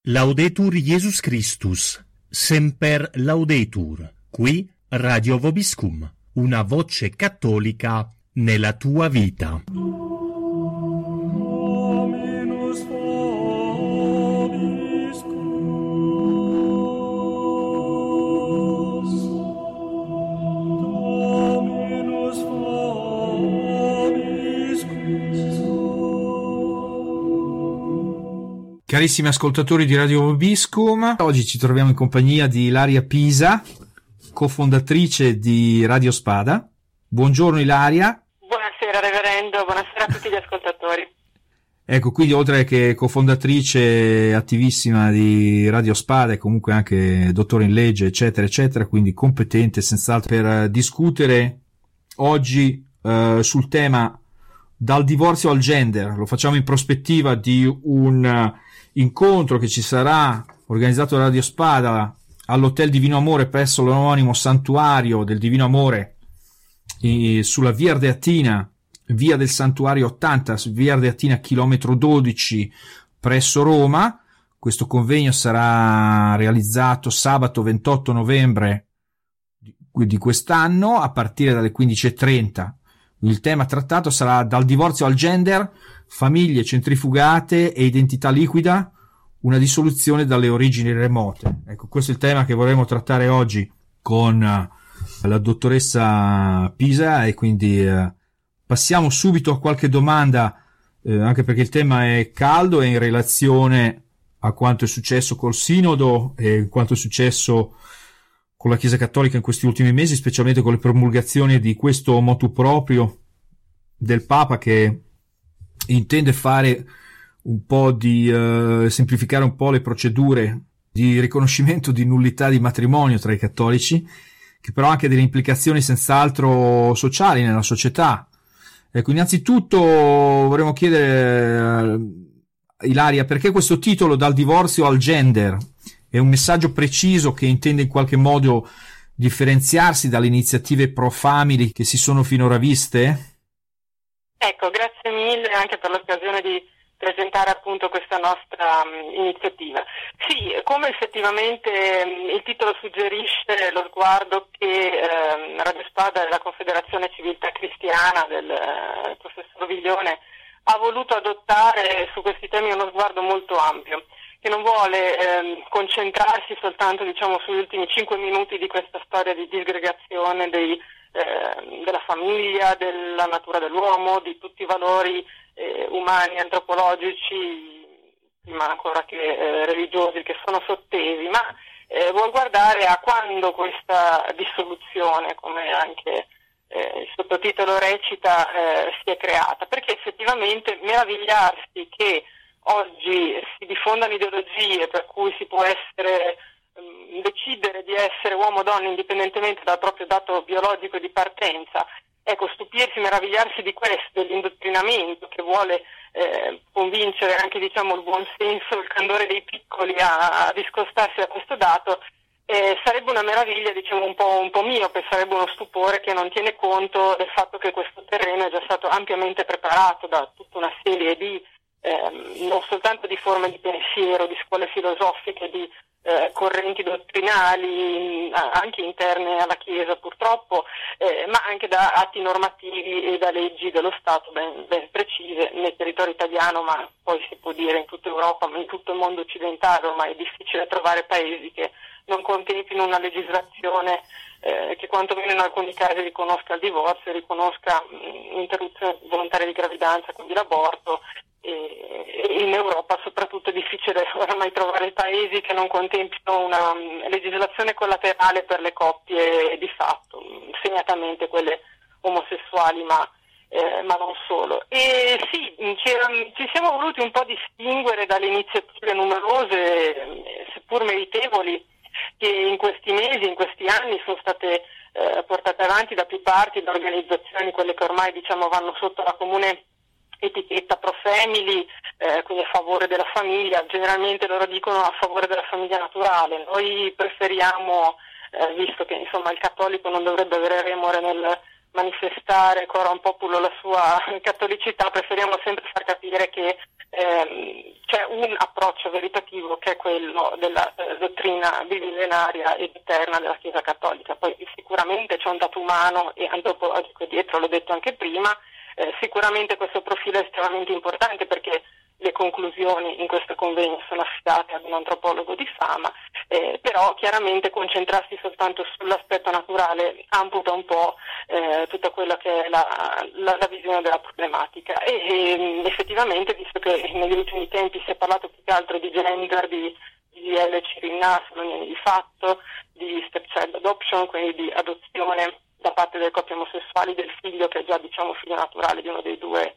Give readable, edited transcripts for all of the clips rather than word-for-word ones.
Laudetur Jesus Christus, semper laudetur, qui Radio Vobiscum, una voce cattolica nella tua vita. Carissimi ascoltatori di Radio Vobiscum, oggi ci troviamo in compagnia di Ilaria Pisa, cofondatrice di Radio Spada. Buongiorno Ilaria. Buonasera Reverendo, buonasera a tutti gli ascoltatori. Ecco, quindi oltre che cofondatrice attivissima di Radio Spada e comunque anche dottore in legge, eccetera, eccetera, quindi competente senz'altro per discutere oggi sul tema dal divorzio al gender. Lo facciamo in prospettiva di un incontro che ci sarà organizzato da Radio Spada all'Hotel Divino Amore presso l'omonimo santuario del Divino Amore sulla Via Ardeatina, via del Santuario 80, Via Ardeatina chilometro 12 presso Roma. Questo convegno sarà realizzato sabato 28 novembre di quest'anno a partire dalle 15:30. Il tema trattato sarà dal divorzio al gender, famiglie centrifugate e identità liquida, una dissoluzione dalle origini remote. Ecco, questo è il tema che vorremmo trattare oggi con la dottoressa Pisa e quindi passiamo subito a qualche domanda, anche perché il tema è caldo e in relazione a quanto è successo col Sinodo e quanto è successo con la Chiesa Cattolica in questi ultimi mesi, specialmente con le promulgazioni di questo motu proprio del Papa che intende fare un po' di semplificare un po' le procedure di riconoscimento di nullità di matrimonio tra i cattolici, che però ha anche delle implicazioni senz'altro sociali nella società. Ecco, innanzitutto vorremmo chiedere Ilaria, perché questo titolo dal divorzio al gender? È un messaggio preciso che intende in qualche modo differenziarsi dalle iniziative pro family che si sono finora viste? Ecco, grazie mille anche per l'occasione di presentare appunto questa nostra iniziativa. Sì, come effettivamente il titolo suggerisce, lo sguardo che Radio Spada e la Confederazione Civiltà Cristiana del professor Viglione ha voluto adottare su questi temi uno sguardo molto ampio, che non vuole concentrarsi soltanto, diciamo, sugli ultimi 5 minuti di questa storia di disgregazione della famiglia, della natura dell'uomo, di tutti i valori umani, antropologici, prima ancora che religiosi, che sono sottesi, ma vuol guardare a quando questa dissoluzione, come anche il sottotitolo recita, si è creata, perché effettivamente meravigliarsi che oggi si diffondano ideologie per cui si può decidere di essere uomo o donna indipendentemente dal proprio dato biologico di partenza. Ecco, stupirsi, meravigliarsi di questo, dell'indottrinamento che vuole convincere anche, diciamo, il buon senso, il candore dei piccoli a discostarsi da questo dato, sarebbe una meraviglia, diciamo, un po' miope, sarebbe uno stupore che non tiene conto del fatto che questo terreno è già stato ampiamente preparato da tutta una serie di non soltanto di forme di pensiero, di scuole filosofiche, di correnti dottrinali anche interne alla Chiesa purtroppo, ma anche da atti normativi e da leggi dello Stato ben precise nel territorio italiano, ma poi si può dire in tutta Europa, ma in tutto il mondo occidentale. Ormai è difficile trovare paesi che non contemplino una legislazione che quantomeno in alcuni casi riconosca il divorzio, riconosca l'interruzione volontaria di gravidanza, quindi l'aborto. In Europa soprattutto è difficile oramai trovare paesi che non contemplino una legislazione collaterale per le coppie di fatto, segnatamente quelle omosessuali, ma non solo. E sì, ci siamo voluti un po' distinguere dalle iniziative numerose, seppur meritevoli, che in questi mesi, in questi anni sono state portate avanti da più parti, da organizzazioni, quelle che ormai, diciamo, vanno sotto la comune etichetta pro family, quindi a favore della famiglia. Generalmente loro dicono a favore della famiglia naturale. Noi preferiamo, visto che insomma il cattolico non dovrebbe avere remore nel manifestare coram populo la sua cattolicità, preferiamo sempre far capire che c'è un approccio veritativo che è quello della dottrina bimillenaria ed eterna della Chiesa Cattolica. Poi sicuramente c'è un dato umano e antropologico dietro, l'ho detto anche prima, sicuramente questo profilo è estremamente importante perché le conclusioni in questo convegno sono affidate ad un antropologo di fama, però chiaramente concentrarsi soltanto sull'aspetto naturale amputa un po' tutta quella che è la visione della problematica e effettivamente, visto che negli ultimi tempi si è parlato più che altro di gender, di LCRINA, unioni di fatto, di stepchild adoption, quindi di adozione da parte delle coppie omosessuali del figlio che è già figlio naturale di uno dei due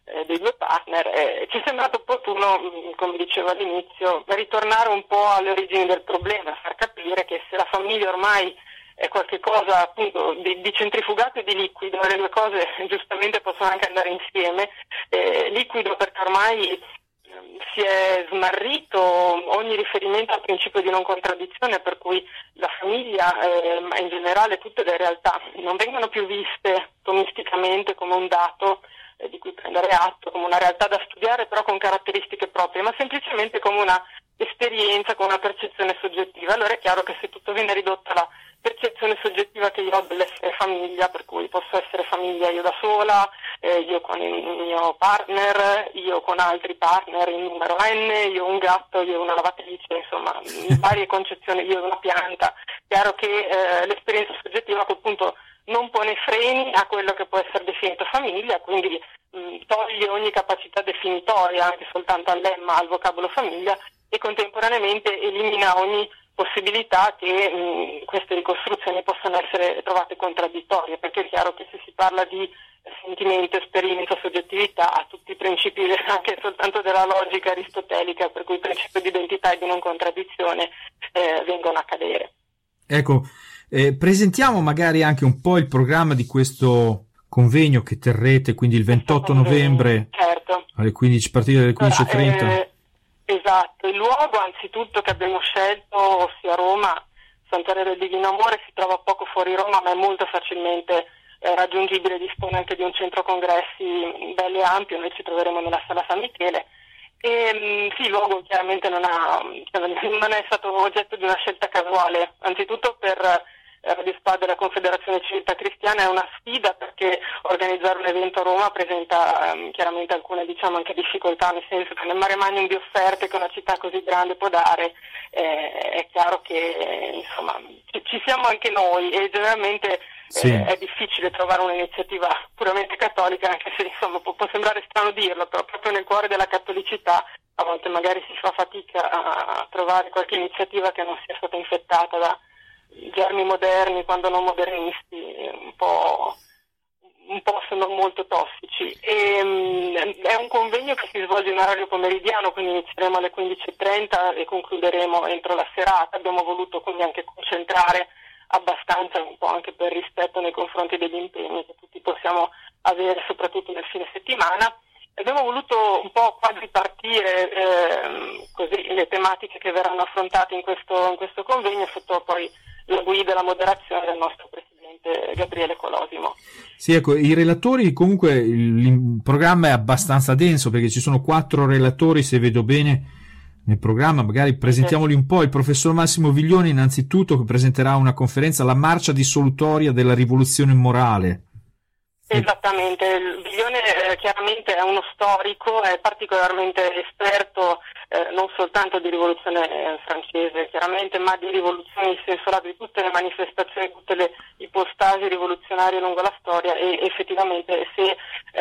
partner, ci è sembrato opportuno, come dicevo all'inizio, ritornare un po' alle origini del problema, far capire che se la famiglia ormai è qualche cosa appunto di centrifugato e di liquido, le due cose giustamente possono anche andare insieme, liquido perché ormai si è smarrito ogni riferimento al principio di non contraddizione, per cui la famiglia, ma in generale tutte le realtà, non vengono più viste tomisticamente come un dato di cui prendere atto, come una realtà da studiare però con caratteristiche proprie, ma semplicemente come una esperienza, con una percezione soggettiva. Allora è chiaro che se tutto viene ridotto alla percezione soggettiva che io ho dell'essere famiglia, per cui posso essere famiglia io da sola, io con il mio partner, io con altri partner in numero n, io un gatto, io una lavatrice, insomma varie concezioni, io una pianta. Chiaro che l'esperienza soggettiva a quel punto non pone freni a quello che può essere definito famiglia, quindi toglie ogni capacità definitoria anche soltanto al lemma, al vocabolo famiglia, e contemporaneamente elimina ogni possibilità che queste ricostruzioni possano essere trovate contraddittorie, perché è chiaro che se si parla di sentimento, esperienza, soggettività, tutti i principi anche soltanto della logica aristotelica, per cui il principio di identità e di non contraddizione vengono a cadere. Ecco, presentiamo magari anche un po' il programma di questo convegno che terrete, quindi il 28 novembre, certo, alle 15, a partire dalle 15:30. Esatto, il luogo anzitutto che abbiamo scelto, ossia Roma, Santuario del Divino Amore, si trova poco fuori Roma, ma è molto facilmente raggiungibile, dispone anche di un centro congressi bello e ampio. Noi ci troveremo nella Sala San Michele. E sì, il luogo chiaramente non è stato oggetto di una scelta casuale, anzitutto per Radio Spada e la Confederazione Civiltà Cristiana è una sfida, perché organizzare un evento a Roma presenta chiaramente alcune anche difficoltà, nel senso che nel mare magnum di offerte che una città così grande può dare è chiaro che insomma ci siamo anche noi e generalmente è difficile trovare un'iniziativa puramente cattolica, anche se insomma può sembrare strano dirlo, però proprio nel cuore della cattolicità a volte magari si fa fatica a trovare qualche iniziativa che non sia stata infettata da germi moderni, quando non modernisti, un po' sono molto tossici. È un convegno che si svolge in orario pomeridiano, quindi inizieremo alle 15:30 e concluderemo entro la serata. Abbiamo voluto quindi anche concentrare abbastanza, un po' anche per rispetto nei confronti degli impegni che tutti possiamo avere, soprattutto nel fine settimana. Abbiamo voluto un po' quadripartire così le tematiche che verranno affrontate in questo convegno, sotto poi la guida e la moderazione del nostro presidente Gabriele Colosimo. Sì, ecco, i relatori, comunque il programma è abbastanza denso, perché ci sono 4 relatori, se vedo bene nel programma. Magari presentiamoli un po'. Il professor Massimo Viglione, innanzitutto, che presenterà una conferenza, La marcia dissolutoria della rivoluzione morale. Esattamente, il Viglione chiaramente è uno storico, è particolarmente esperto non soltanto di rivoluzione francese chiaramente, ma di rivoluzione in senso lato, di tutte le manifestazioni, tutte le ipostasi rivoluzionarie lungo la storia, e effettivamente se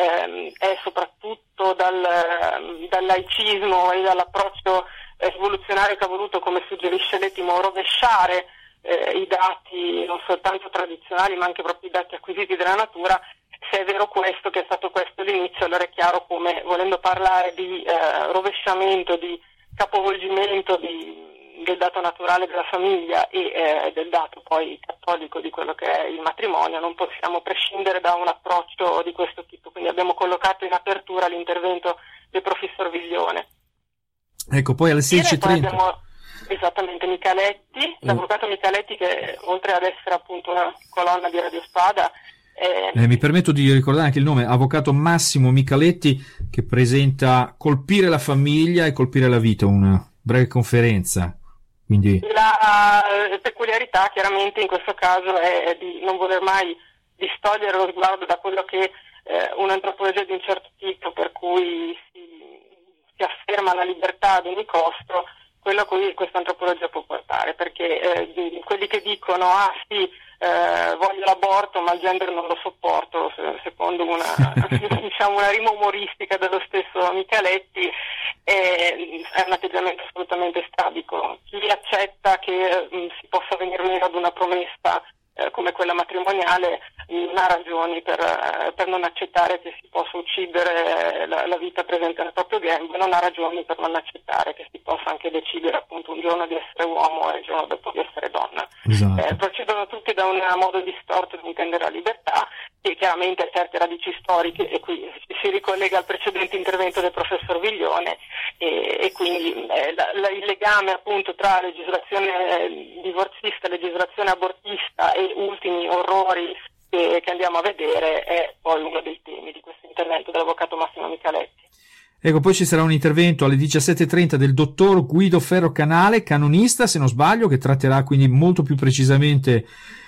è soprattutto dal laicismo e dall'approccio rivoluzionario che ha voluto, come suggerisce l'Etimo, rovesciare i dati non soltanto tradizionali ma anche proprio i dati acquisiti della natura. Se è vero questo, che è stato questo l'inizio, allora è chiaro come, volendo parlare di rovesciamento, di capovolgimento del dato naturale della famiglia e del dato poi cattolico di quello che è il matrimonio, non possiamo prescindere da un approccio di questo tipo. Quindi abbiamo collocato in apertura l'intervento del professor Viglione. Ecco, poi alle 16:30. Esattamente, Michaletti, l'avvocato Michaletti, che oltre ad essere appunto una colonna di Radio Spada Mi permetto di ricordare anche il nome, avvocato Massimo Michaletti, che presenta Colpire la famiglia e colpire la vita, una breve conferenza. Quindi la peculiarità chiaramente in questo caso è di non voler mai distogliere lo sguardo da quello che un'antropologia di un certo tipo, per cui si afferma la libertà ad ogni costo, quello a cui questa antropologia può portare, perché quelli che dicono voglio l'aborto ma il gender non lo sopporto, secondo una diciamo una rima umoristica dello stesso Michaletti, è un atteggiamento assolutamente strabico. Chi accetta che si possa venire meno ad una promessa come quella matrimoniale non ha ragioni per non accettare che si possa uccidere la vita presente nel proprio grembo, non ha ragioni per non accettare che si possa anche decidere appunto un giorno di essere uomo e il giorno dopo di essere donna. esatto. Procedono tutti da un modo distorto di intendere la libertà, che chiaramente ha certe radici storiche, e qui si ricollega al precedente intervento del professor Viglione, e quindi il legame appunto tra legislazione divorzista, legislazione abortista e ultimi orrori che andiamo a vedere è poi uno dei temi di questo intervento dell'avvocato Massimo Michaletti. Ecco, poi ci sarà un intervento alle 17:30 del dottor Guido Ferro Canale, canonista, se non sbaglio, che tratterà quindi molto più precisamente,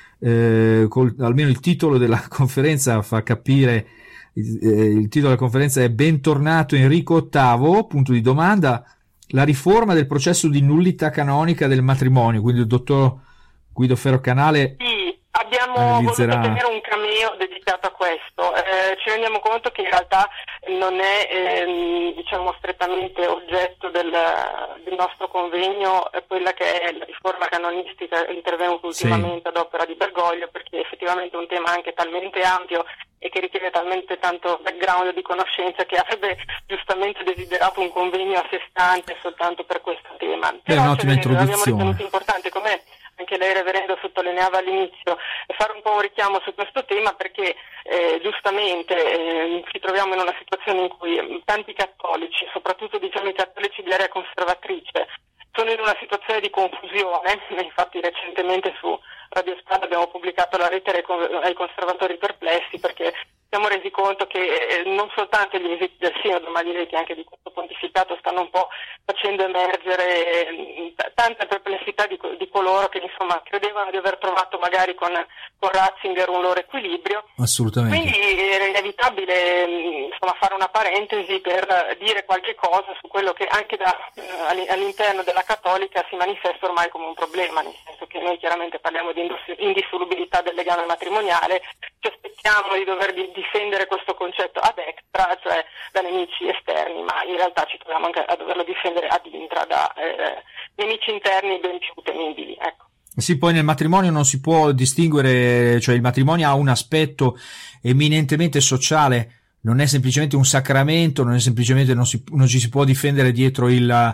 almeno il titolo della conferenza fa capire, il titolo della conferenza è Bentornato Enrico VIII, punto di domanda, la riforma del processo di nullità canonica del matrimonio, quindi il dottor Guido Ferro Canale abbiamo voluto tenere un cameo dedicato a questo. Ci rendiamo conto che in realtà non è diciamo strettamente oggetto del nostro convegno quella che è la riforma canonistica intervenuta ultimamente ad opera di Bergoglio, perché effettivamente è un tema anche talmente ampio e che richiede talmente tanto background di conoscenza che avrebbe giustamente desiderato un convegno a sé stante soltanto per questo tema. È un'ottima introduzione. Abbiamo ritenuto importante, come anche lei reverendo sottolineava all'inizio, fare un po' un richiamo su questo tema, perché giustamente ci troviamo in una situazione in cui tanti cattolici, soprattutto diciamo i cattolici di area conservatrice, sono in una situazione di confusione. Infatti recentemente su Radio Spada abbiamo pubblicato la lettera ai conservatori perplessi, perché siamo resi conto che non soltanto gli esiti del Sinodo, ma direi che anche di questo pontificato stanno un po' facendo emergere tanta perplessità di coloro che insomma credevano di aver trovato magari con Ratzinger un loro equilibrio. Assolutamente. Quindi era inevitabile insomma fare una parentesi per dire qualche cosa su quello che anche all'interno della cattolica si manifesta ormai come un problema, nel senso che noi chiaramente parliamo di indissolubilità del legame matrimoniale, ci aspettiamo di dover difendere questo concetto ad extra, cioè da nemici esterni, ma in realtà ci troviamo anche a doverlo difendere ad intra da nemici interni ben più temibili, ecco. Sì, poi nel matrimonio non si può distinguere, cioè il matrimonio ha un aspetto eminentemente sociale, non è semplicemente un sacramento, non è semplicemente non ci si può difendere dietro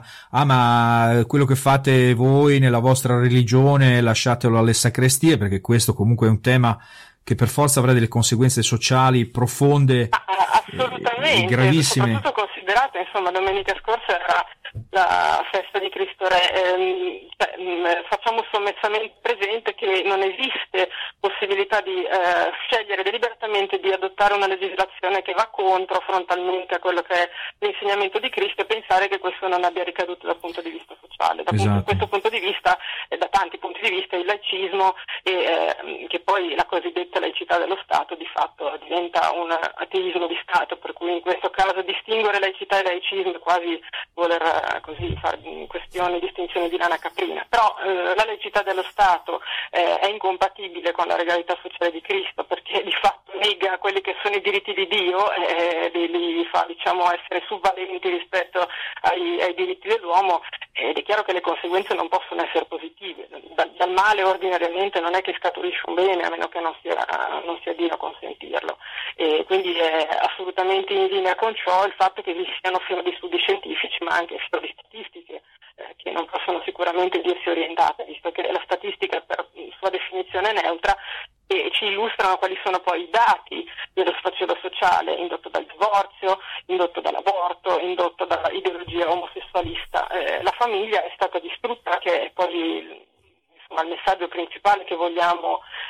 ma quello che fate voi nella vostra religione lasciatelo alle sacrestie, perché questo comunque è un tema che per forza avrà delle conseguenze sociali profonde, assolutamente, gravissime. Soprattutto considerato, insomma, domenica scorsa era la festa di Cristo Re, facciamo sommessamente presente che non esiste possibilità di scegliere deliberatamente di adottare una legislazione che va contro frontalmente a quello che è l'insegnamento di Cristo e pensare che questo non abbia ricadute dal punto di vista sociale. Da questo punto di vista, da tanti punti di vista, il laicismo che poi la cosiddetta laicità dello Stato di fatto diventa un ateismo di Stato, per cui in questo caso distinguere laicità e laicismo è quasi voler così fare distinzioni di lana caprina. Però la laicità dello Stato è incompatibile con la regalità sociale di Cristo, perché di fatto nega quelli che sono i diritti di Dio e li fa essere subvalenti rispetto ai diritti dell'uomo, ed è chiaro che le conseguenze non possono essere positive. Dal male ordinariamente non è che scaturisce un bene, a meno che non sia Dio a consentirlo, e quindi è assolutamente in linea con ciò il fatto che vi siano fior di studi scientifici ma anche fior di statistiche che non possono sicuramente dirsi orientate, visto che la statistica per sua definizione è neutra, e ci illustrano quali sono poi i dati dello sfacelo sociale indotto dal divorzio, indotto dall'aborto, indotto dalla ideologia omosessualista. La famiglia è stata distrutta, che è poi il messaggio principale che vogliamo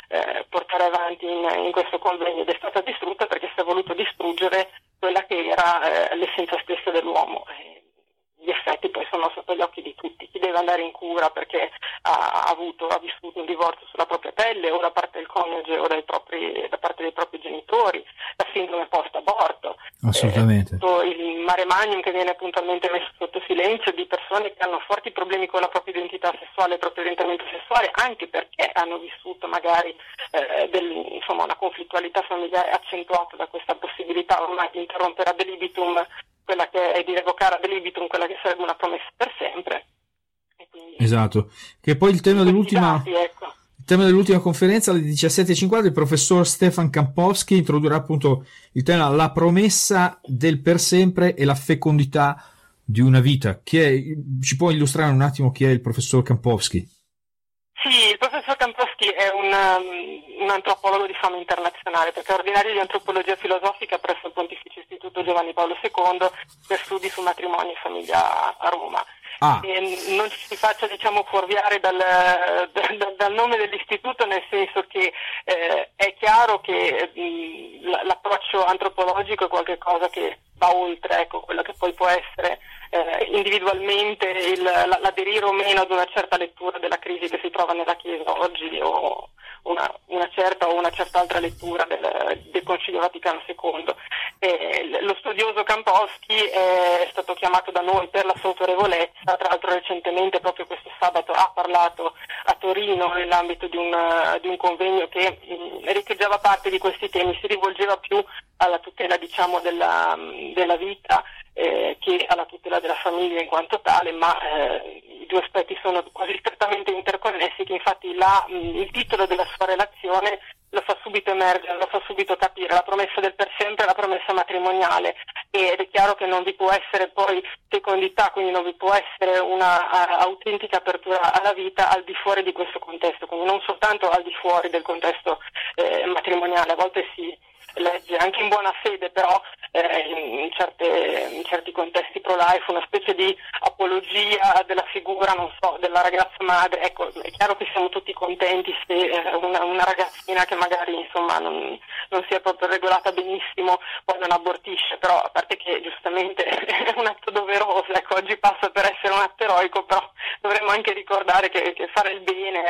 portare avanti in questo convegno, ed è stata distrutta perché si è voluto distruggere quella che era l'essenza stessa dell'uomo. Gli effetti poi sono sotto gli occhi di tutti. Chi deve andare in cura perché ha vissuto un divorzio sulla propria pelle, o da parte del coniuge o da parte dei propri genitori, la sindrome post-aborto. Assolutamente. Il mare magnum che viene puntualmente messo sotto silenzio di persone che hanno forti problemi con la propria identità sessuale e il proprio orientamento sessuale, anche perché hanno vissuto magari una conflittualità familiare accentuata da questa possibilità ormai di interrompere ad libitum, quella che è di revocare ad libitum quella che sarebbe una promessa per sempre. E quindi, esatto, che poi il tema dell'ultima dati, ecco. Il tema dell'ultima conferenza alle 17:50 il professor Stefan Kampowski introdurrà appunto il tema la promessa del per sempre e la fecondità di una vita. Ci può illustrare un attimo chi è il professor Kampowski? Sì, il professor Kampowski è un antropologo di fama internazionale, perché è ordinario di antropologia filosofica presso il Pontificio Istituto Giovanni Paolo II per studi su matrimonio e famiglia a Roma. E non ci si faccia fuorviare dal nome dell'istituto, nel senso che è chiaro che l'approccio antropologico è qualcosa che va oltre quello che poi può essere individualmente l'aderire o meno ad una certa lettura della crisi che si trova nella Chiesa oggi, o una certa altra lettura del Concilio Vaticano II. Lo studioso Kampowski è stato chiamato da noi per la sua autorevolezza. Tra l'altro recentemente, proprio questo sabato, ha parlato a Torino nell'ambito di un convegno che richiedeva parte di questi temi, si rivolgeva più alla tutela della vita che alla tutela della famiglia in quanto tale, ma i due aspetti sono quasi strettamente interconnessi, che infatti il titolo della sua relazione lo fa subito emergere, lo fa subito capire: la promessa del per sempre e la promessa matrimoniale. Ed è chiaro che non vi può essere poi fecondità, quindi non vi può essere una autentica apertura alla vita al di fuori di questo contesto, quindi non soltanto al di fuori del contesto matrimoniale. A volte si legge anche in buona fede, però in certi contesti pro-life, una specie di apologia della figura, della ragazza madre. Ecco, è chiaro che siamo tutti contenti se una ragazzina che magari non sia proprio regolata benissimo poi non abortisce, però a parte che giustamente è un atto doveroso, oggi passa per essere un atto eroico, però dovremmo anche ricordare che fare il bene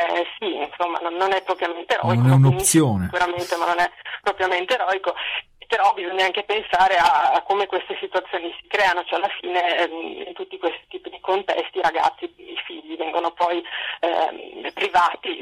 non è propriamente eroico, non è un'opzione sicuramente, ma non è propriamente eroico. Però bisogna anche pensare a come queste situazioni si creano, cioè alla fine in tutti questi tipi di contesti i ragazzi, i figli vengono poi privati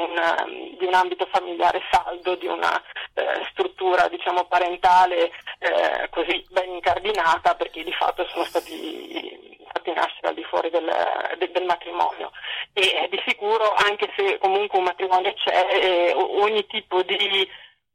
di un ambito familiare saldo, di una struttura parentale così ben incardinata, perché di fatto sono stati fatti nascere al di fuori del matrimonio. E di sicuro, anche se comunque un matrimonio c'è, ogni tipo di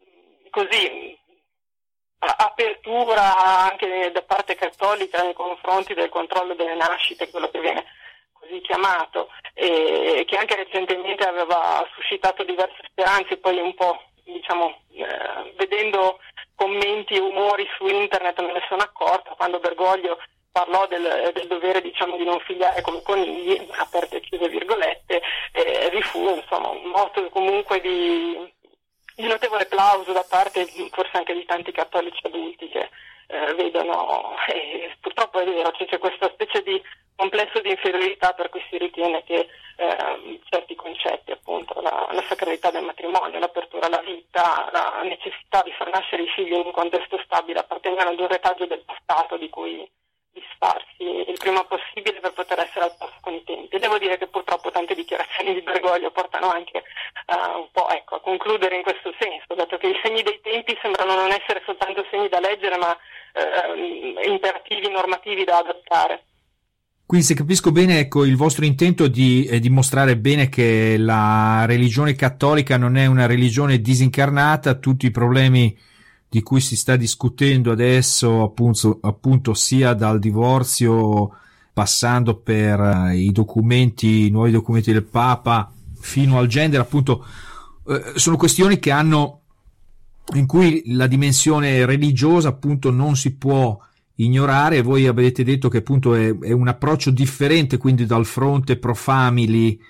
apertura anche da parte cattolica nei confronti del controllo delle nascite, quello che viene così chiamato, e che anche recentemente aveva suscitato diverse speranze. Poi un po' vedendo commenti e umori su internet me ne sono accorta, quando Bergoglio parlò del dovere di non figliare come conigli, aperte e chiuse virgolette, vi fu un moto comunque di notevole plauso da parte forse anche di tanti cattolici adulti che vedono, e purtroppo è vero, c'è questa specie di complesso di inferiorità per cui si ritiene che certi concetti, appunto la sacralità del matrimonio, l'apertura alla vita, la necessità di far nascere i figli in un contesto stabile appartengano ad un retaggio del passato di cui disfarsi il prima possibile per poter essere al passo con i tempi. E devo dire che purtroppo tante dichiarazioni di Bergoglio portano anche un po' a concludere in questo senso, dato che i segni dei tempi sembrano non essere soltanto segni da leggere, ma imperativi normativi da adottare. Quindi, se capisco bene, il vostro intento è di dimostrare bene che la religione cattolica non è una religione disincarnata. Tutti i problemi di cui si sta discutendo adesso, appunto sia dal divorzio, passando per i nuovi documenti del Papa, fino al gender, appunto, sono questioni che in cui la dimensione religiosa appunto non si può ignorare. Voi avete detto che appunto è un approccio differente, quindi dal fronte pro family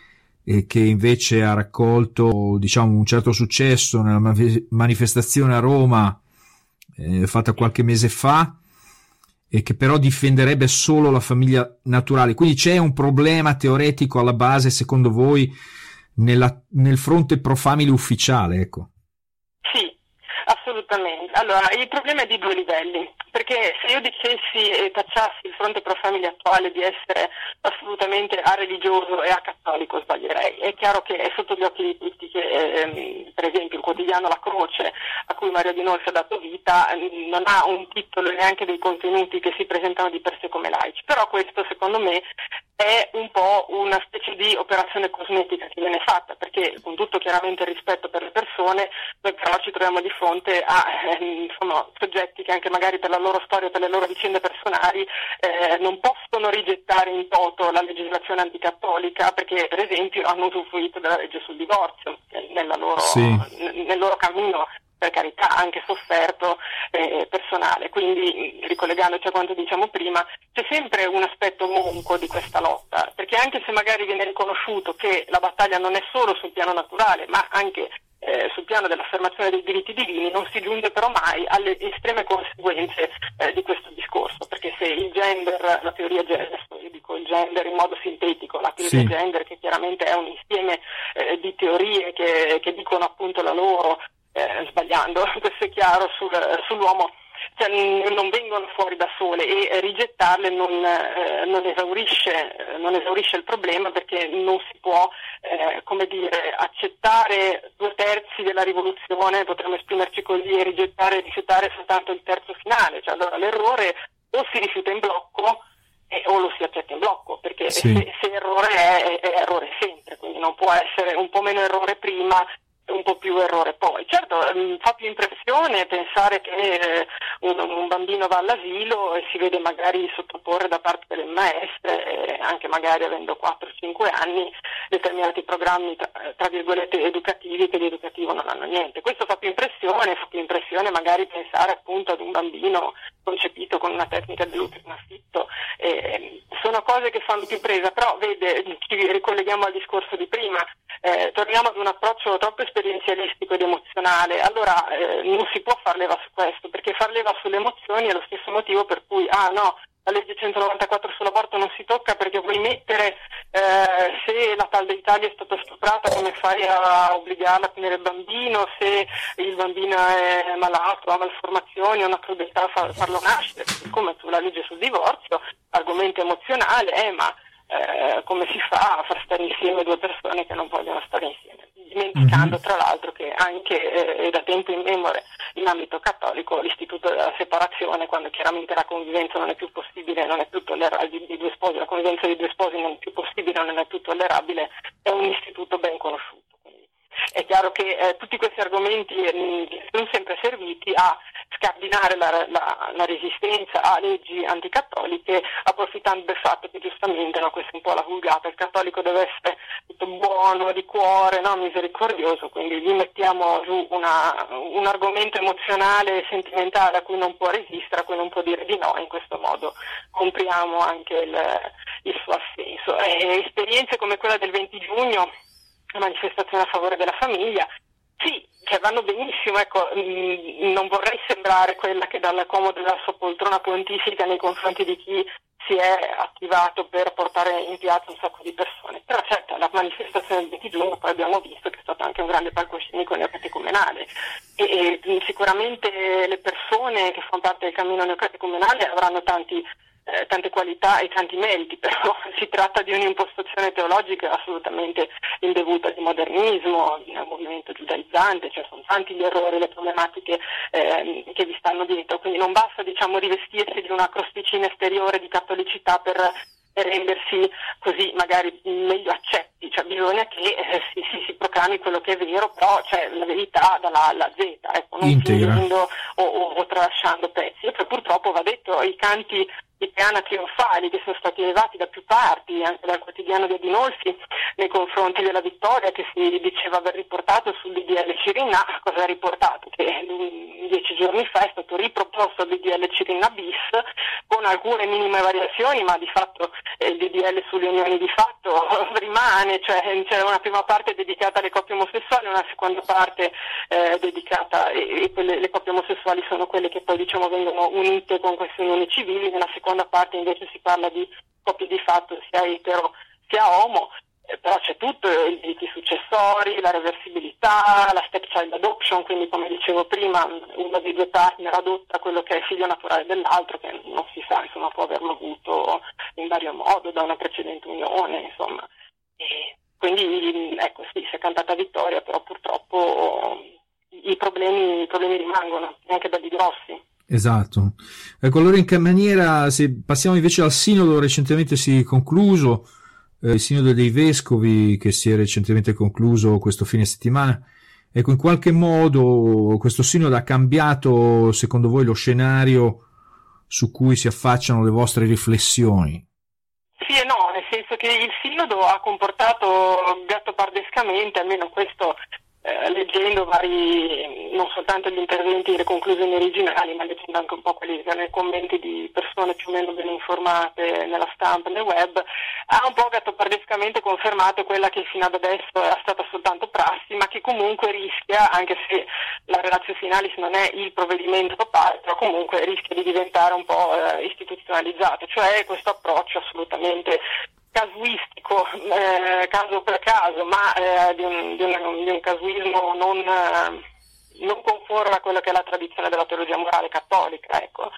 e che invece ha raccolto, diciamo, un certo successo nella manifestazione a Roma fatta qualche mese fa, e che però difenderebbe solo la famiglia naturale. Quindi c'è un problema teoretico alla base, secondo voi, nel fronte pro family ufficiale, ecco? Sì, assolutamente. Allora, il problema è di due livelli, perché se io dicessi e tacciassi il fronte pro family attuale di essere assolutamente areligioso e acattolico, sbaglierei. È chiaro che è sotto gli occhi di tutti che, per esempio, il quotidiano La Croce, a cui Maria Di Nolfi ha dato vita, non ha un titolo e neanche dei contenuti che si presentano di per sé come laici. Però questo, secondo me, è un po' una specie di operazione cosmetica che viene fatta, perché con tutto chiaramente il rispetto per le persone, noi però ci troviamo di fronte a soggetti che anche magari per la loro storia, per le loro vicende personali, non possono rigettare in toto la legislazione anticattolica, perché per esempio hanno usufruito della legge sul divorzio nel loro cammino, per carità, anche sofferto, personale. Quindi, ricollegandoci a quanto diciamo prima, c'è sempre un aspetto monco di questa lotta, perché anche se magari viene riconosciuto che la battaglia non è solo sul piano naturale, ma anche sul piano dell'affermazione dei diritti divini, non si giunge però mai alle estreme conseguenze di questo discorso, perché se il gender, la teoria gender, io dico il gender in modo sintetico, la teoria gender, che chiaramente è un insieme di teorie che dicono appunto la loro, sbagliando, questo è chiaro, sull'uomo, cioè, non vengono fuori da sole, e rigettarle non esaurisce il problema, perché non si può accettare 2/3 della rivoluzione, potremmo esprimerci così, e rifiutare soltanto il terzo finale. Cioè, allora l'errore o si rifiuta in blocco o lo si accetta in blocco, perché se errore è errore sempre, quindi non può essere un po' meno errore prima, un po' più errore poi. Certo, fa più impressione pensare che un bambino va all'asilo e si vede magari sottoporre da parte delle maestre, anche magari avendo 4-5 anni, determinati programmi tra virgolette educativi che di educativo non hanno niente. Questo fa più impressione magari pensare appunto ad un bambino concepito con una tecnica dell'utero in affitto. Sono cose che fanno più presa, però vede, ci ricolleghiamo al discorso di prima, torniamo ad un approccio troppo esperienzialistico ed emozionale. Allora non si può far leva su questo, perché far leva sulle emozioni è lo stesso motivo per cui la legge 194 sull'aborto non si tocca, perché vuoi mettere se la tal d'Italia è stata stuprata, come fai a obbligarla a tenere il bambino, se il bambino è malato, ha malformazioni, ha una crudeltà a farlo nascere, come sulla legge sul divorzio, argomento emozionale, ma come si fa a far stare insieme due persone che non vogliono stare insieme, dimenticando tra l'altro che anche da tempo in memoria in ambito cattolico l'istituto della separazione, quando chiaramente la convivenza non è più possibile, non è più tollerabile, di due sposi, la convivenza di due sposi non è più possibile, non è più tollerabile, è un istituto ben conosciuto. È chiaro che tutti questi argomenti sono sempre serviti a scardinare la resistenza a leggi anticattoliche, approfittando del fatto che giustamente, questa è un po' la vulgata, il cattolico deve essere tutto buono, di cuore, misericordioso, quindi gli mettiamo giù un argomento emozionale e sentimentale a cui non può resistere, a cui non può dire di no, e in questo modo compriamo anche il suo assenso. Esperienze come quella del 20 giugno, la manifestazione a favore della famiglia, sì, che vanno benissimo, ecco, non vorrei sembrare quella che dalla comoda della sua poltrona pontifica nei confronti di chi si è attivato per portare in piazza un sacco di persone, però certo la manifestazione del 20 giugno poi abbiamo visto che è stato anche un grande palcoscenico neocatecumenale, e sicuramente le persone che fanno parte del cammino neocatecumenale avranno tante qualità e tanti meriti, però si tratta di un'impostazione teologica assolutamente imbevuta di modernismo, di un movimento giudaizzante, cioè sono tanti gli errori, le problematiche che vi stanno dietro, quindi non basta rivestirsi di una crosticina esteriore di cattolicità per rendersi così magari meglio accetti, cioè bisogna che si proclami quello che è vero, però la verità dalla A alla Z, ecco, non fingendo o tralasciando pezzi. E poi purtroppo va detto, i canti Adriana trionfali che sono stati elevati da più parti, anche dal quotidiano di Adinolfi, nei confronti della vittoria che si diceva aver riportato sul DDL Cirinna. Cosa ha riportato? Che 10 giorni fa è stato riproposto il DDL Cirinna bis con alcune minime variazioni, ma di fatto il DDL sulle unioni di fatto rimane, cioè c'è una prima parte dedicata alle coppie omosessuali, una seconda parte dedicata, e le coppie omosessuali sono quelle che poi vengono unite con queste unioni civili. Nella seconda parte invece si parla di coppie di fatto, sia etero sia omo, però c'è tutto, i diritti successori, la reversibilità, la stepchild adoption, quindi come dicevo prima uno dei due partner adotta quello che è figlio naturale dell'altro, che non si sa, insomma, può averlo avuto in vario modo da una precedente unione, insomma. E quindi ecco, sì, si è cantata vittoria, però purtroppo i problemi rimangono, anche belli grossi. Esatto. Ecco, allora in che maniera, se passiamo invece al sinodo recentemente si è concluso, il sinodo dei vescovi che si è recentemente concluso questo fine settimana, ecco, in qualche modo questo sinodo ha cambiato secondo voi lo scenario su cui si affacciano le vostre riflessioni? Sì e no, nel senso che il sinodo ha comportato gattopardescamente, almeno questo leggendo vari, non soltanto gli interventi e le conclusioni originali, ma leggendo anche un po' quelli che erano i commenti di persone più o meno ben informate nella stampa e nel web, ha un po' gattopardescamente confermato quella che fino ad adesso era stata soltanto prassi, ma che comunque rischia, anche se la relazione finale non è il provvedimento totale, però comunque rischia di diventare un po' istituzionalizzato, cioè questo approccio assolutamente casuistico, caso per caso, ma di un casuismo non conforme a quello che è la tradizione della teologia morale cattolica, ecco,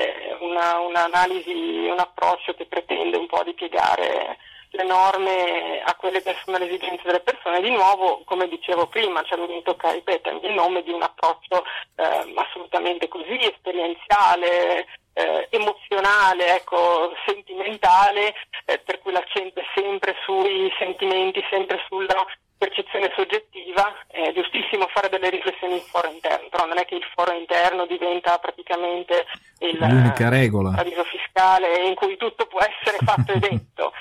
un'analisi, un approccio che pretende un po' di piegare le norme a quelle che sono le esigenze delle persone. Di nuovo, come dicevo prima, mi tocca ripetermi il nome di un approccio assolutamente così esperienziale, emozionale, ecco, sentimentale, per cui l'accento è sempre sui sentimenti, sempre sulla percezione soggettiva. È giustissimo fare delle riflessioni in foro interno, però non è che il foro interno diventa praticamente l'unica regola, il paradiso fiscale in cui tutto può essere fatto e detto.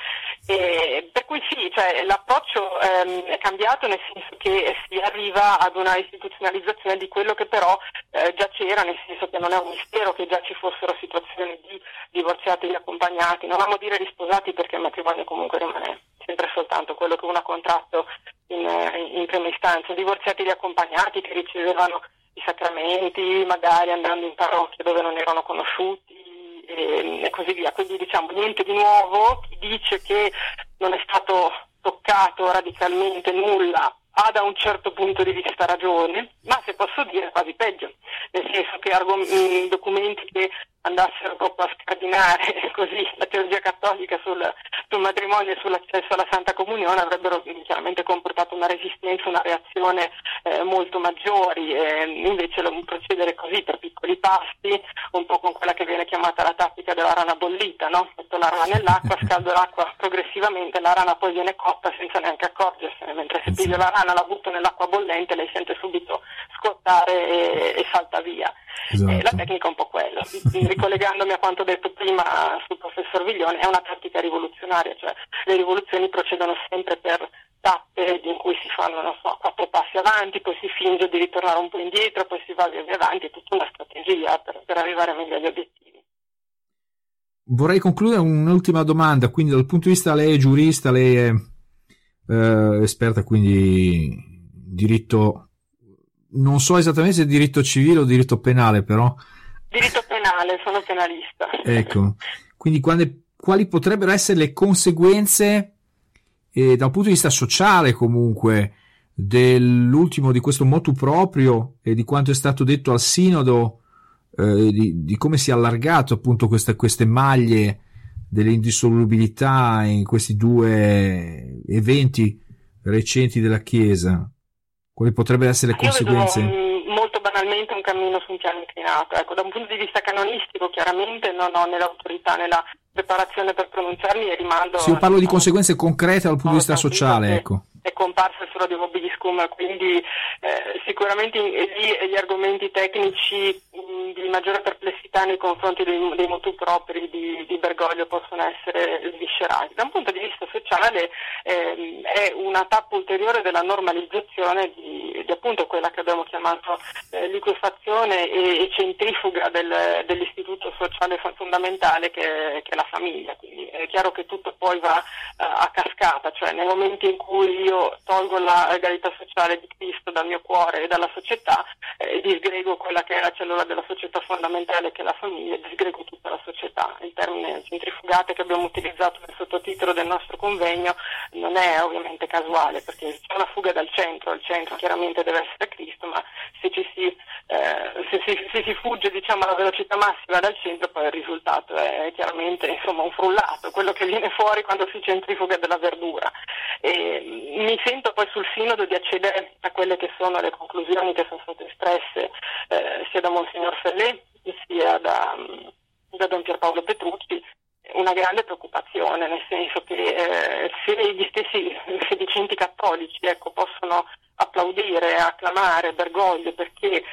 Per cui sì, cioè, l'approccio è cambiato, nel senso che si arriva ad una istituzionalizzazione di quello che però già c'era, nel senso che non è un mistero che già ci fossero situazioni di divorziati riaccompagnati, non amo dire risposati perché il matrimonio comunque rimane sempre soltanto quello che uno ha contratto in prima istanza, divorziati riaccompagnati che ricevevano i sacramenti magari andando in parrocchia dove non erano conosciuti e così via. Quindi diciamo niente di nuovo. Chi dice che non è stato toccato radicalmente nulla ha da un certo punto di vista ragione, ma se posso dire quasi peggio, nel senso che documenti che andassero proprio a scardinare così la teologia cattolica sul matrimonio e sull'accesso alla Santa Comunione avrebbero chiaramente comportato una resistenza, una reazione molto maggiori, invece un procedere così per piccoli passi, un po' con quella che viene chiamata la tattica della rana bollita, no? Metto la rana nell'acqua, scaldo l'acqua progressivamente, la rana poi viene cotta senza neanche accorgersene, mentre se piglio la rana, la butto nell'acqua bollente, lei sente subito scottare e salta via. Esatto. La tecnica è un po' quella. Ricollegandomi a quanto detto prima sul professor Viglione, è una tattica rivoluzionaria, cioè le rivoluzioni procedono sempre per tappe in cui si fanno, non so, 4 passi avanti, poi si finge di ritornare un po' indietro, poi si va via avanti, è tutta una strategia per arrivare meglio agli obiettivi. Vorrei concludere un'ultima domanda, quindi dal punto di vista, lei è giurista, lei è esperta, quindi diritto, non so esattamente se è diritto civile o diritto penale, però diritto penale, sono penalista. Ecco, quindi quali potrebbero essere le conseguenze dal punto di vista sociale comunque dell'ultimo, di questo motu proprio e di quanto è stato detto al sinodo, di come si è allargato appunto queste maglie dell'indissolubilità in questi 2 eventi recenti della Chiesa? Quali potrebbero essere le conseguenze? Io vedo molto banalmente un cammino su un piano inclinato. Ecco, da un punto di vista canonistico chiaramente non ho né l'autorità né la preparazione per pronunciarmi e rimando... Sì, io parlo di conseguenze concrete dal punto di vista sociale, ecco. è comparsa su Radio Vobiscum, quindi sicuramente lì gli argomenti tecnici di maggiore perplessità nei confronti dei motu propri di Bergoglio possono essere sviscerati. Da un punto di vista sociale è una tappa ulteriore della normalizzazione di appunto quella che abbiamo chiamato liquefazione e centrifuga dell'istituto sociale fondamentale che è la famiglia. Quindi è chiaro che tutto poi va a cascata, cioè nel momento in cui io tolgo la legalità sociale di Cristo dal mio cuore e dalla società, disgrego quella che è la cellula della società fondamentale che è la famiglia, disgrego tutta la società. Il termine centrifugate che abbiamo utilizzato nel sottotitolo del nostro convegno non è ovviamente casuale, perché c'è una fuga dal centro, il centro chiaramente deve essere Cristo, ma se si fugge diciamo alla velocità massima dal centro, poi il risultato è chiaramente insomma un frullato, quello che viene fuori quando si centrifuga della verdura. E mi sento poi sul sinodo di accedere a quelle che sono le conclusioni che sono state espresse sia da Monsignor Fellè sia da Don Pierpaolo Petrucci, una grande preoccupazione, nel senso che se gli stessi sedicenti cattolici possono applaudire, acclamare Bergoglio perché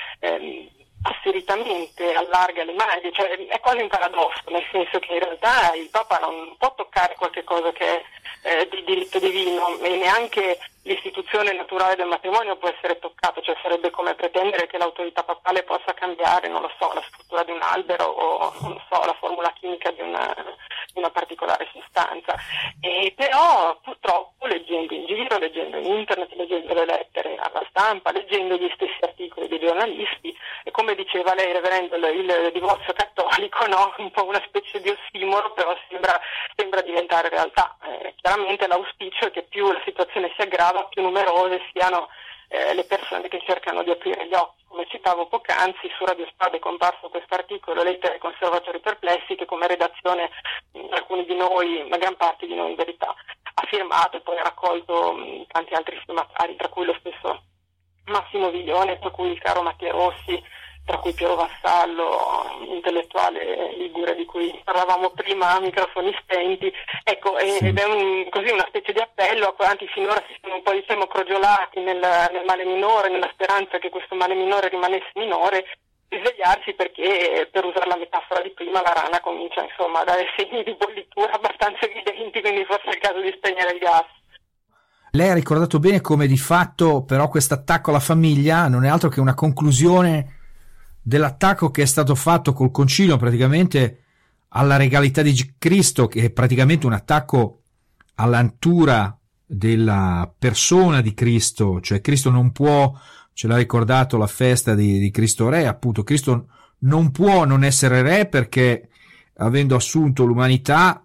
asseritamente allarga le mani, cioè è quasi un paradosso, nel senso che in realtà il Papa non può toccare qualche cosa che è di diritto divino e neanche l'istituzione naturale del matrimonio può essere toccata, cioè sarebbe come pretendere che l'autorità papale possa cambiare, non lo so, la struttura di un albero o non lo so, la formula chimica di una particolare sostanza. E però purtroppo leggendo in giro, leggendo in internet, leggendo le lettere alla stampa, leggendo gli stessi articoli dei giornalisti, e come diceva lei, reverendo, il divorzio cattolico, no? Un po' una specie di ossimoro, però sembra diventare realtà. Chiaramente l'auspicio è che più la situazione si aggrava, più numerose siano le persone che cercano di aprire gli occhi. Come citavo poc'anzi, su Radio Spada è comparso questo articolo, Lettere ai conservatori perplessi, che come redazione alcuni di noi, una gran parte di noi in verità, ha firmato e poi ha raccolto tanti altri firmatari, tra cui lo stesso Massimo Viglione, tra cui il caro Mattia Rossi, tra cui Piero Vassallo, intellettuale ligure di cui parlavamo prima a microfoni spenti. Ecco, sì. Ed è così una specie di appello a quanti finora si sono un po' crogiolati nel male minore, nella speranza che questo male minore rimanesse minore, di svegliarsi, perché, per usare la metafora di prima, la rana comincia insomma a dare segni di bollitura abbastanza evidenti, quindi forse è il caso di spegnere il gas. Lei ha ricordato bene come di fatto però questo attacco alla famiglia non è altro che una conclusione dell'attacco che è stato fatto col concilio praticamente alla regalità di Cristo, che è praticamente un attacco alla natura della persona di Cristo, cioè Cristo non può, ce l'ha ricordato la festa di Cristo Re, appunto Cristo non può non essere re perché avendo assunto l'umanità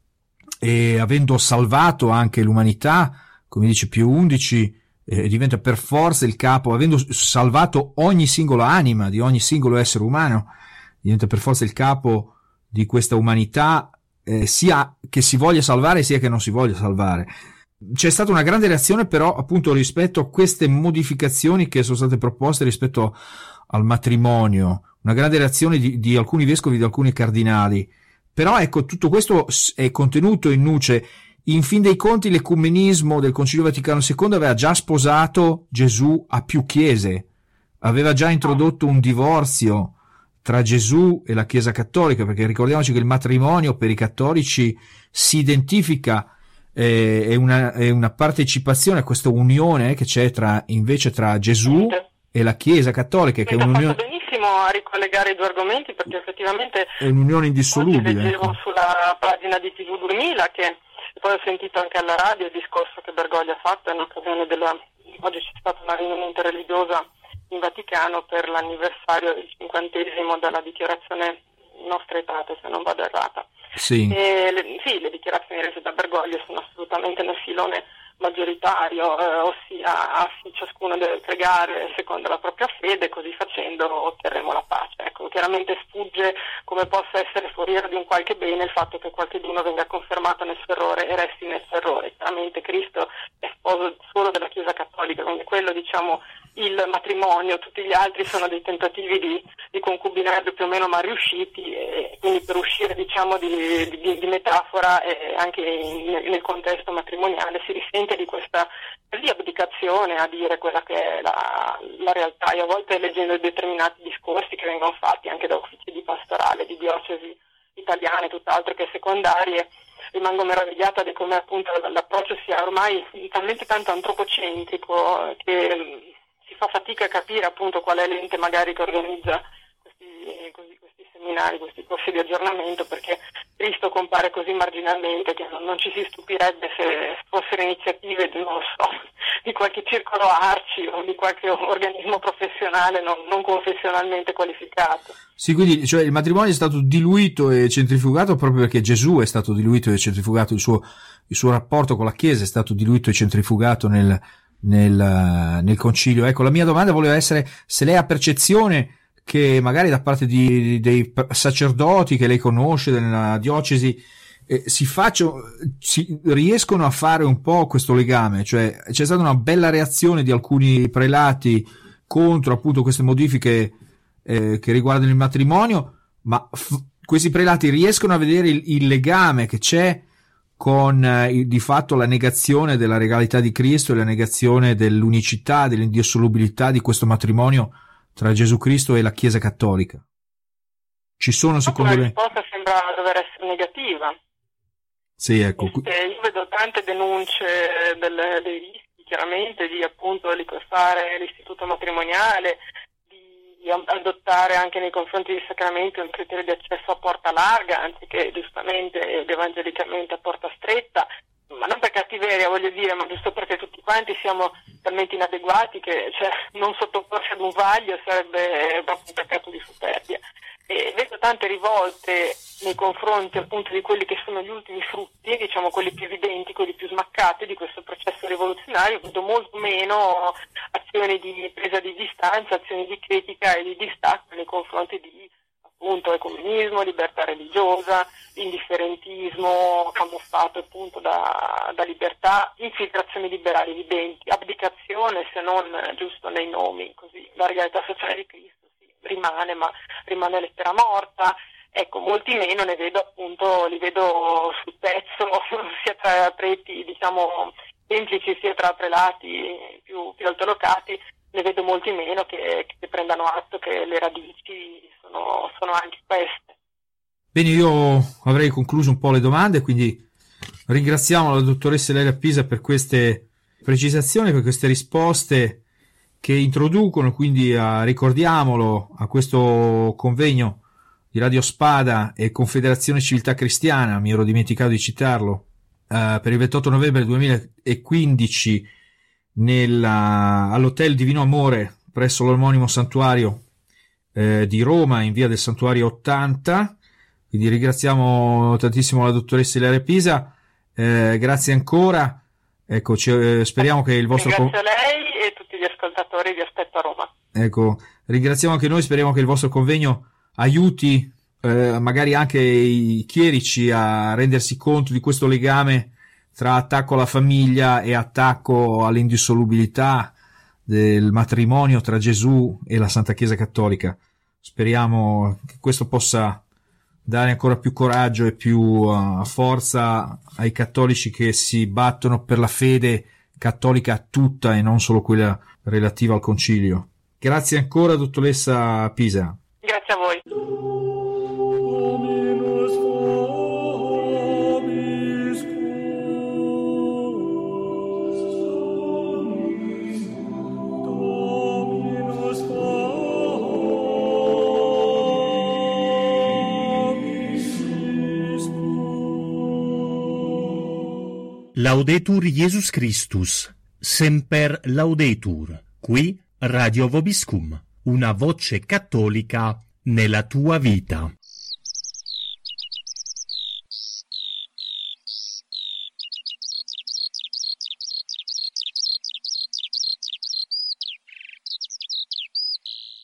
e avendo salvato anche l'umanità, come dice Pio XI, diventa per forza il capo, avendo salvato ogni singola anima di ogni singolo essere umano, diventa per forza il capo di questa umanità, sia che si voglia salvare sia che non si voglia salvare. C'è stata una grande reazione però appunto rispetto a queste modificazioni che sono state proposte rispetto al matrimonio, una grande reazione di alcuni vescovi, di alcuni cardinali. Però ecco, tutto questo è contenuto in nuce. In fin dei conti l'ecumenismo del Concilio Vaticano II aveva già sposato Gesù a più chiese, aveva già introdotto un divorzio tra Gesù e la Chiesa Cattolica, perché ricordiamoci che il matrimonio per i cattolici si identifica, è una partecipazione a questa unione che c'è invece tra Gesù e la Chiesa Cattolica, che è un'unione. Fatto benissimo a ricollegare i due argomenti, perché effettivamente è un'unione indissolubile. Oggi leggevo sulla pagina di TV 2000 che poi ho sentito anche alla radio il discorso che Bergoglio ha fatto in occasione oggi c'è stata una riunione interreligiosa in Vaticano per l'anniversario del 50° della dichiarazione Nostra Aetate, se non vado errata. Sì. Le dichiarazioni rese da Bergoglio sono assolutamente nel filone maggioritario, ossia ciascuno deve pregare secondo la propria fede, così facendo otterremo la pace. Ecco, chiaramente sfugge come possa essere foriero di un qualche bene il fatto che qualcheduno venga confermato nel suo errore e resti nel suo errore. Chiaramente Cristo è sposo solo della Chiesa Cattolica, quindi quello il matrimonio, tutti gli altri sono dei tentativi di concubinaggio più o meno mal riusciti, e quindi per uscire di metafora anche nel contesto matrimoniale si risente di questa di abdicazione a dire quella che è la realtà. Io a volte, leggendo determinati discorsi che vengono fatti anche da uffici di pastorale, di diocesi italiane, tutt'altro che secondarie, rimango meravigliata di come appunto l'approccio sia ormai talmente tanto antropocentrico che si fa fatica a capire appunto qual è l'ente magari che organizza questi seminari, questi corsi di aggiornamento, perché Cristo compare così marginalmente che non ci si stupirebbe se fossero iniziative, non lo so, di qualche circolo arci o di qualche organismo professionale non confessionalmente qualificato. Sì, quindi cioè il matrimonio è stato diluito e centrifugato proprio perché Gesù è stato diluito e centrifugato, il suo rapporto con la Chiesa è stato diluito e centrifugato nel concilio. Ecco, la mia domanda voleva essere se lei ha percezione che magari da parte dei sacerdoti che lei conosce nella diocesi si riescono a fare un po' questo legame, cioè c'è stata una bella reazione di alcuni prelati contro appunto queste modifiche che riguardano il matrimonio, ma questi prelati riescono a vedere il legame che c'è con di fatto la negazione della regalità di Cristo e la negazione dell'unicità, dell'indissolubilità di questo matrimonio tra Gesù Cristo e la Chiesa Cattolica. Ci sono, secondo lei? La risposta sembra dover essere negativa. Sì, ecco. Io vedo tante denunce dei rischi, chiaramente, di appunto liquefare l'istituto matrimoniale, di adottare anche nei confronti dei sacramenti un criterio di accesso a porta larga, anziché giustamente ed evangelicamente a porta stretta, ma non per cattiveria, voglio dire, ma giusto perché tutti quanti siamo talmente inadeguati che non sottoporsi ad un vaglio sarebbe proprio un peccato di superbia. E vedo tante rivolte nei confronti appunto di quelli che sono gli ultimi frutti, diciamo quelli più evidenti, quelli più smaccati di questo processo rivoluzionario. Vedo molto meno azioni di presa di distanza, azioni di critica e di distacco nei confronti di appunto ecumenismo, libertà religiosa, indifferentismo camuffato appunto da libertà, infiltrazioni liberali evidenti, abdicazione se non giusto nei nomi, così la regalità sociale di Cristo rimane, ma rimane lettera morta. Ecco, molti meno ne vedo appunto, li vedo sul pezzo, sia tra preti, diciamo, semplici, sia tra prelati più altolocati, ne vedo molti meno che prendano atto che le radici sono anche queste. Bene, io avrei concluso un po' le domande, quindi ringraziamo la dottoressa Ilaria Pisa per queste precisazioni, per queste risposte che introducono, quindi ricordiamolo, a questo convegno di Radio Spada e Confederazione Civiltà Cristiana, mi ero dimenticato di citarlo, per il 28 novembre 2015 all'Hotel Divino Amore presso l'omonimo santuario di Roma in via del Santuario 80. Quindi ringraziamo tantissimo la dottoressa Ilaria Pisa, grazie ancora, ecco, speriamo che il vostro grazie a lei e tutti gli ascoltatori, vi aspetto a Roma. Ecco, ringraziamo anche noi, speriamo che il vostro convegno aiuti magari anche i chierici a rendersi conto di questo legame tra attacco alla famiglia e attacco all'indissolubilità del matrimonio tra Gesù e la Santa Chiesa Cattolica. Speriamo che questo possa dare ancora più coraggio e più forza ai cattolici che si battono per la fede cattolica tutta e non solo quella relativa al concilio. Grazie ancora, dottoressa Pisa. Grazie a voi. Laudetur Jesus Christus, semper laudetur, qui Radio Vobiscum, una voce cattolica nella tua vita.